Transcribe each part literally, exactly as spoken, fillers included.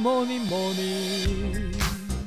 morning, morning.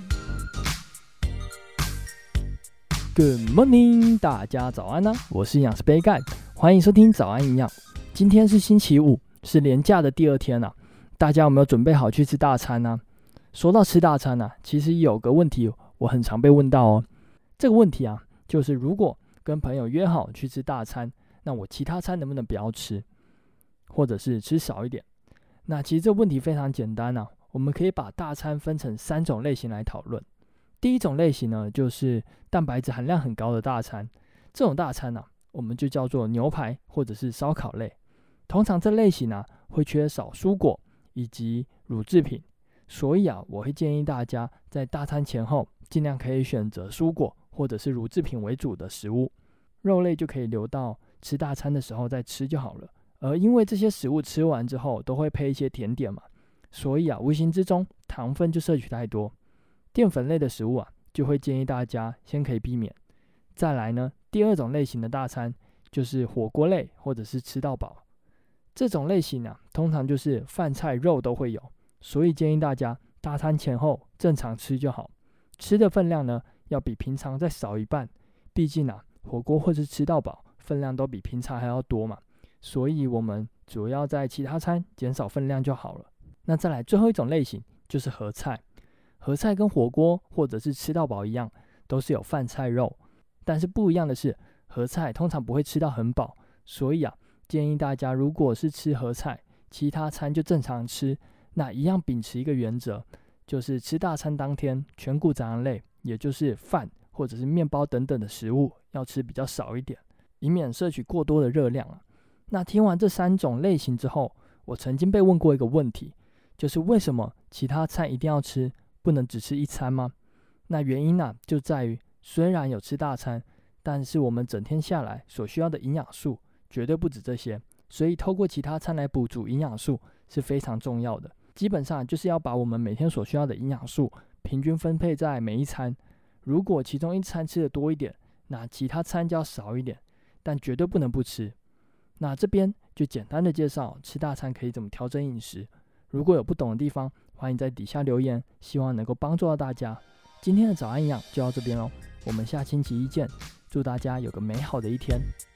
Good morning， 大家早安啊！我是营养师杯盖，欢迎收听早安营养。今天是星期五，是连假的第二天啊。大家有没有准备好去吃大餐呢、啊？说到吃大餐啊，其实有个问题我很常被问到哦。这个问题啊，就是如果跟朋友约好去吃大餐，那我其他餐能不能不要吃，或者是吃少一点？那其实这个问题非常简单啊，我们可以把大餐分成三种类型来讨论。第一种类型呢，就是蛋白质含量很高的大餐。这种大餐呢、啊，我们就叫做牛排或者是烧烤类。通常这类型呢、啊，会缺少蔬果以及乳制品，所以啊，我会建议大家在大餐前后尽量可以选择蔬果或者是乳制品为主的食物，肉类就可以留到吃大餐的时候再吃就好了。而因为这些食物吃完之后都会配一些甜点嘛，所以啊，无形之中糖分就摄取太多。淀粉类的食物啊，就会建议大家先可以避免。再来呢，第二种类型的大餐就是火锅类或者是吃到饱。这种类型啊，通常就是饭菜肉都会有，所以建议大家大餐前后正常吃就好。吃的分量呢，要比平常再少一半。毕竟啊，火锅或是吃到饱分量都比平常还要多嘛，所以我们主要在其他餐减少分量就好了。那再来最后一种类型就是合菜。合菜跟火锅或者是吃到饱一样，都是有饭菜肉，但是不一样的是，合菜通常不会吃到很饱，所以啊，建议大家如果是吃合菜，其他餐就正常吃。那一样秉持一个原则，就是吃大餐当天，全谷杂粮类，也就是饭或者是面包等等的食物，要吃比较少一点，以免摄取过多的热量啊。那听完这三种类型之后，我曾经被问过一个问题，就是为什么其他餐一定要吃？不能只吃一餐吗？那原因呢、啊，就在于虽然有吃大餐，但是我们整天下来所需要的营养素绝对不止这些，所以透过其他餐来补足营养素是非常重要的。基本上就是要把我们每天所需要的营养素平均分配在每一餐。如果其中一餐吃的多一点，那其他餐就要少一点，但绝对不能不吃。那这边就简单的介绍吃大餐可以怎么调整饮食。如果有不懂的地方，欢迎在底下留言，希望能够帮助到大家。今天的早安营养就到这边咯，我们下星期一见，祝大家有个美好的一天。